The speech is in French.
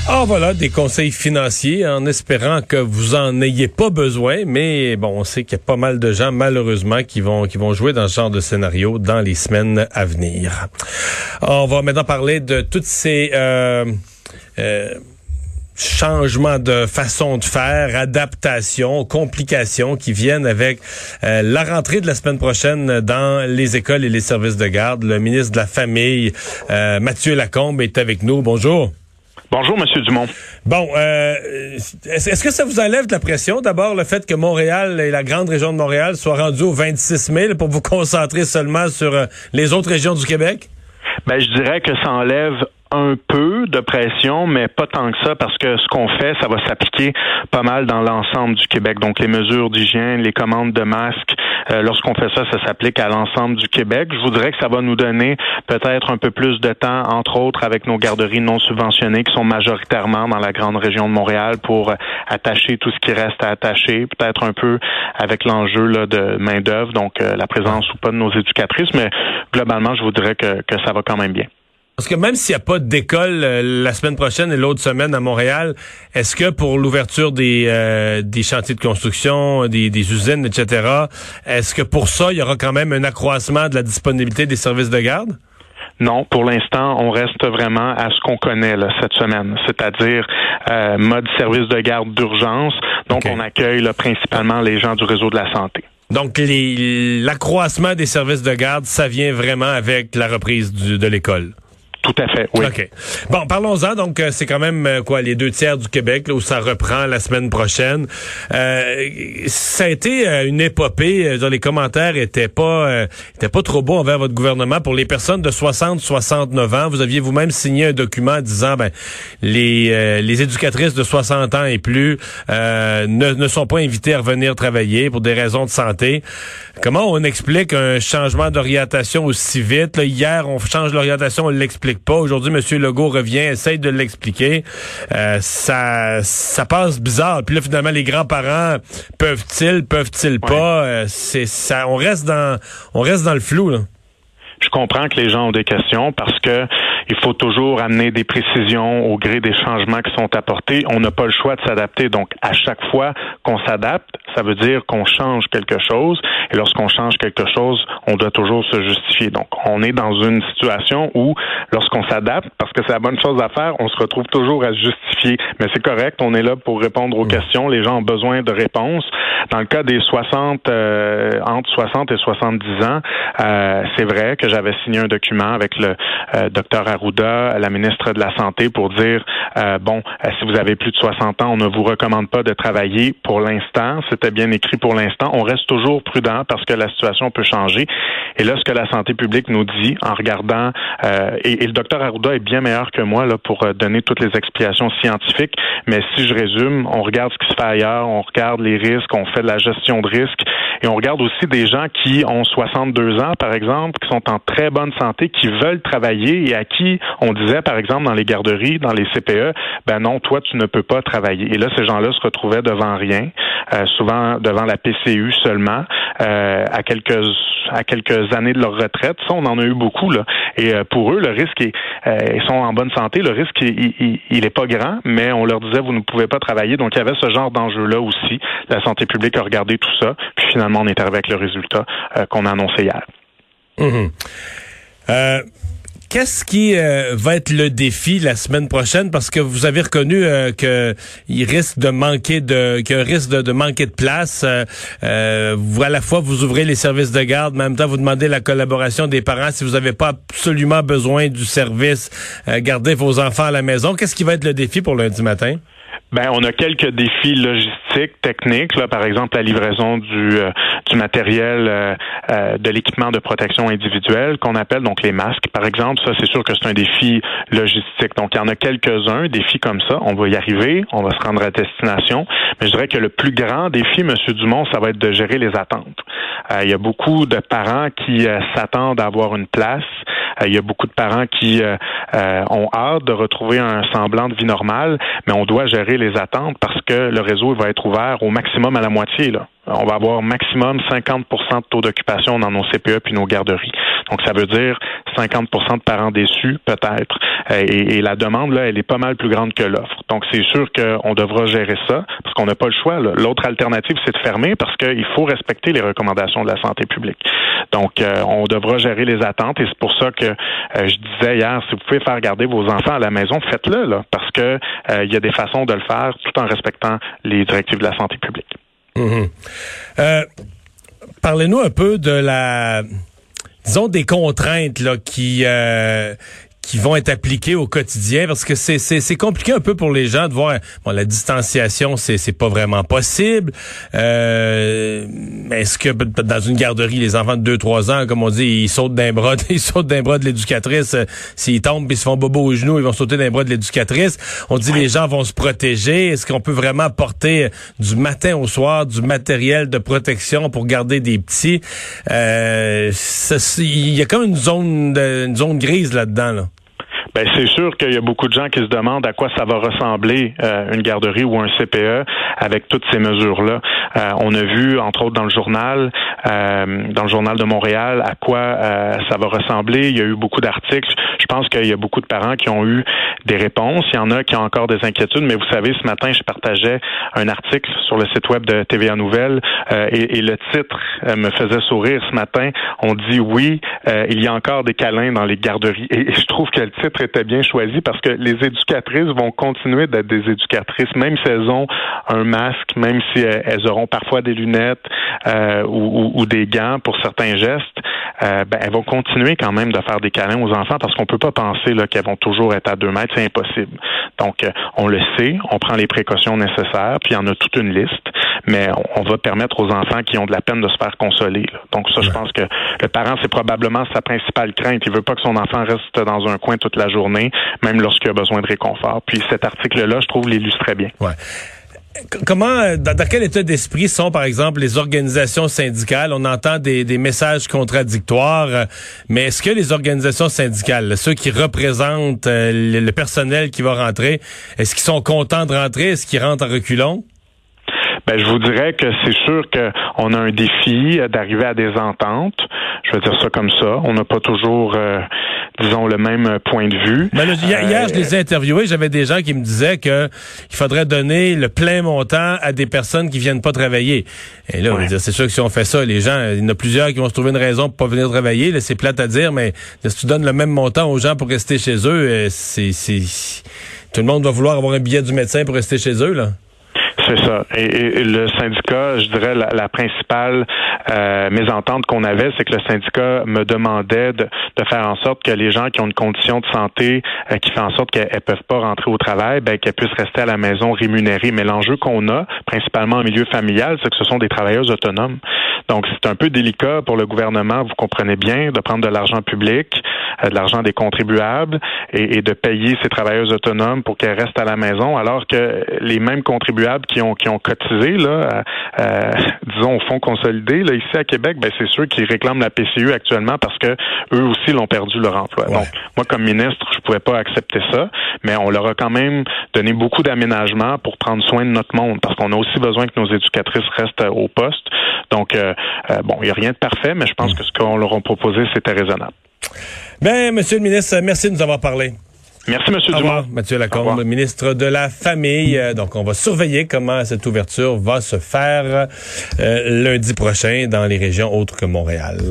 Ah voilà, des conseils financiers en espérant que vous en ayez pas besoin, mais bon, on sait qu'il y a pas mal de gens malheureusement qui vont jouer dans ce genre de scénario dans les semaines à venir. On va maintenant parler de toutes ces changements de façon de faire, adaptations, complications qui viennent avec la rentrée de la semaine prochaine dans les écoles et les services de garde. Le ministre de la Famille, Mathieu Lacombe, est avec nous. Bonjour. Bonjour, Monsieur Dumont. Bon, est-ce que ça vous enlève de la pression, d'abord, le fait que Montréal et la grande région de Montréal soient rendus au 26 mai pour vous concentrer seulement sur les autres régions du Québec? Ben, je dirais que ça enlève un peu de pression, mais pas tant que ça, parce que ce qu'on fait, ça va s'appliquer pas mal dans l'ensemble du Québec. Donc, les mesures d'hygiène, les commandes de masques, lorsqu'on fait ça, ça s'applique à l'ensemble du Québec. Je vous dirais que ça va nous donner peut-être un peu plus de temps, entre autres, avec nos garderies non subventionnées qui sont majoritairement dans la grande région de Montréal pour attacher tout ce qui reste à attacher, peut-être un peu avec l'enjeu là, de main-d'œuvre, donc la présence ou pas de nos éducatrices, mais globalement, je vous dirais que ça va quand même bien. Parce que même s'il n'y a pas d'école la semaine prochaine et l'autre semaine à Montréal, est-ce que pour l'ouverture des chantiers de construction, des usines, etc., est-ce que pour ça, il y aura quand même un accroissement de la disponibilité des services de garde? Non, pour l'instant, on reste vraiment à ce qu'on connaît là, cette semaine, c'est-à-dire mode service de garde d'urgence. Donc, on accueille là, principalement les gens du réseau de la santé. Donc, l'accroissement des services de garde, ça vient vraiment avec la reprise de l'école? Tout à fait, oui. OK. Bon, parlons-en. Donc, c'est quand même, les 2/3 du Québec, là, où ça reprend la semaine prochaine. Ça a été une épopée. Les commentaires étaient pas trop beaux envers votre gouvernement. Pour les personnes de 60-69 ans, vous aviez vous-même signé un document disant, les éducatrices de 60 ans et plus, ne sont pas invitées à revenir travailler pour des raisons de santé. Comment on explique un changement d'orientation aussi vite? Là, hier, on change l'orientation, on l'explique pas. Aujourd'hui, M. Legault revient, essaye de l'expliquer. Ça passe bizarre. Puis là, finalement, les grands-parents peuvent-ils pas? On reste dans le flou, là. Je comprends que les gens ont des questions parce que il faut toujours amener des précisions au gré des changements qui sont apportés. On n'a pas le choix de s'adapter. Donc, à chaque fois qu'on s'adapte, ça veut dire qu'on change quelque chose. Et lorsqu'on change quelque chose, on doit toujours se justifier. Donc, on est dans une situation où, lorsqu'on s'adapte, parce que c'est la bonne chose à faire, on se retrouve toujours à se justifier. Mais c'est correct, on est là pour répondre aux questions. Les gens ont besoin de réponses. Dans le cas des entre 60 et 70 ans, c'est vrai que j'avais signé un document avec le docteur Arruda, la ministre de la Santé, pour dire, si vous avez plus de 60 ans, on ne vous recommande pas de travailler pour l'instant. C'était bien écrit pour l'instant. On reste toujours prudent parce que la situation peut changer. Et là, ce que la santé publique nous dit en regardant, et le docteur Arruda est bien meilleur que moi là pour donner toutes les explications scientifiques, mais si je résume, on regarde ce qui se fait ailleurs, on regarde les risques, on fait de la gestion de risques, et on regarde aussi des gens qui ont 62 ans, par exemple, qui sont en très bonne santé, qui veulent travailler et à qui on disait, par exemple, dans les garderies, dans les CPE, non, toi, tu ne peux pas travailler. Et là, ces gens-là se retrouvaient devant rien, souvent devant la PCU seulement, à quelques années de leur retraite. Ça, on en a eu beaucoup, là. Et pour eux, le risque ils sont en bonne santé, le risque, il est pas grand, mais on leur disait, vous ne pouvez pas travailler. Donc, il y avait ce genre d'enjeu-là aussi. La santé publique a regardé tout ça, puis finalement, on est arrivé avec le résultat qu'on a annoncé hier. Qu'est-ce qui va être le défi la semaine prochaine? Parce que vous avez reconnu qu'il risque de manquer qu'il y a un risque de manquer de place. Vous, à la fois, vous ouvrez les services de garde, mais en même temps, vous demandez la collaboration des parents. Si vous n'avez pas absolument besoin du service, gardez vos enfants à la maison. Qu'est-ce qui va être le défi pour lundi matin? On a quelques défis logistiques, techniques, là, par exemple la livraison du matériel de l'équipement de protection individuelle qu'on appelle donc les masques, par exemple. Ça, c'est sûr que c'est un défi logistique. Donc, il y en a quelques-uns, défis comme ça. On va y arriver, on va se rendre à destination. Mais je dirais que le plus grand défi, M. Dumont, ça va être de gérer les attentes. Il y a beaucoup de parents qui s'attendent à avoir une place. Il y a beaucoup de parents qui ont hâte de retrouver un semblant de vie normale, mais on doit gérer les attentes parce que le réseau va être ouvert au maximum à la moitié là, on va avoir maximum 50% de taux d'occupation dans nos CPE puis nos garderies. Donc, ça veut dire 50% de parents déçus, peut-être. Et la demande, là, elle est pas mal plus grande que l'offre. Donc, c'est sûr qu'on devra gérer ça, parce qu'on n'a pas le choix, là. L'autre alternative, c'est de fermer, parce qu'il faut respecter les recommandations de la santé publique. Donc, on devra gérer les attentes, et c'est pour ça que je disais hier, si vous pouvez faire garder vos enfants à la maison, faites-le, là, parce que il y a des façons de le faire, tout en respectant les directives de la santé publique. Parlez-nous un peu de disons des contraintes là qui vont être appliquées au quotidien, parce que c'est compliqué un peu pour les gens de voir, bon, la distanciation c'est pas vraiment possible, mais est-ce que dans une garderie, les enfants de 2-3 ans, comme on dit, ils sautent d'un bras de l'éducatrice, s'ils tombent puis ils se font bobo aux genoux, ils vont sauter d'un bras de l'éducatrice. On dit les gens vont se protéger. Est-ce qu'on peut vraiment porter du matin au soir du matériel de protection pour garder des petits? Il y a comme une zone grise là-dedans, là. Ben, c'est sûr qu'il y a beaucoup de gens qui se demandent à quoi ça va ressembler une garderie ou un CPE avec toutes ces mesures-là. On a vu, entre autres, dans le journal de Montréal, à quoi ça va ressembler. Il y a eu beaucoup d'articles. Je pense qu'il y a beaucoup de parents qui ont eu des réponses. Il y en a qui ont encore des inquiétudes, mais vous savez, ce matin, je partageais un article sur le site web de TVA Nouvelles et le titre me faisait sourire ce matin. On dit oui, il y a encore des câlins dans les garderies. Et je trouve que le titre était bien choisi parce que les éducatrices vont continuer d'être des éducatrices, même si elles ont un masque, même si elles auront parfois des lunettes ou des gants pour certains gestes. Elles vont continuer quand même de faire des câlins aux enfants parce qu'on peut pas penser là, qu'elles vont toujours être à 2 mètres, c'est impossible. Donc, on le sait, on prend les précautions nécessaires, puis il y en a toute une liste, mais on va permettre aux enfants qui ont de la peine de se faire consoler, là. Donc ça, je pense que le parent, c'est probablement sa principale crainte. Il veut pas que son enfant reste dans un coin toute la journée, même lorsqu'il a besoin de réconfort. Puis cet article-là, je trouve, l'illustrait bien. Ouais. Comment, dans quel état d'esprit sont, par exemple, les organisations syndicales? On entend des messages contradictoires, mais est-ce que les organisations syndicales, ceux qui représentent le personnel qui va rentrer, est-ce qu'ils sont contents de rentrer? Est-ce qu'ils rentrent en reculons? Ben, je vous dirais que c'est sûr qu'on a un défi d'arriver à des ententes. Je vais dire ça comme ça. On n'a pas toujours, disons, le même point de vue. Ben là, hier, je les ai interviewés. J'avais des gens qui me disaient que il faudrait donner le plein montant à des personnes qui viennent pas travailler. Et là, on va dire, c'est sûr que si on fait ça, les gens, il y en a plusieurs qui vont se trouver une raison pour pas venir travailler. Là, c'est plate à dire, mais si tu donnes le même montant aux gens pour rester chez eux, tout le monde va vouloir avoir un billet du médecin pour rester chez eux, là. C'est ça. Et le syndicat, je dirais, la principale mésentente qu'on avait, c'est que le syndicat me demandait de faire en sorte que les gens qui ont une condition de santé qui fait en sorte qu'elles peuvent pas rentrer au travail, qu'elles puissent rester à la maison rémunérées. Mais l'enjeu qu'on a, principalement en milieu familial, c'est que ce sont des travailleuses autonomes. Donc, c'est un peu délicat pour le gouvernement, vous comprenez bien, de prendre de l'argent public, de l'argent des contribuables et de payer ces travailleuses autonomes pour qu'elles restent à la maison, alors que les mêmes contribuables qui ont cotisé, là, disons, au fonds consolidé, là, ici à Québec, c'est ceux qui réclament la PCU actuellement parce que eux aussi l'ont perdu leur emploi. Ouais. Donc, moi, comme ministre, je pouvais pas accepter ça, mais on leur a quand même donné beaucoup d'aménagements pour prendre soin de notre monde, parce qu'on a aussi besoin que nos éducatrices restent au poste. Donc, il n'y a rien de parfait, mais je pense que ce qu'on leur a proposé, c'était raisonnable. Bien, Monsieur le ministre, merci de nous avoir parlé. Merci, M. Dumont. Mathieu Lacombe, ministre de la Famille. Donc, on va surveiller comment cette ouverture va se faire lundi prochain dans les régions autres que Montréal.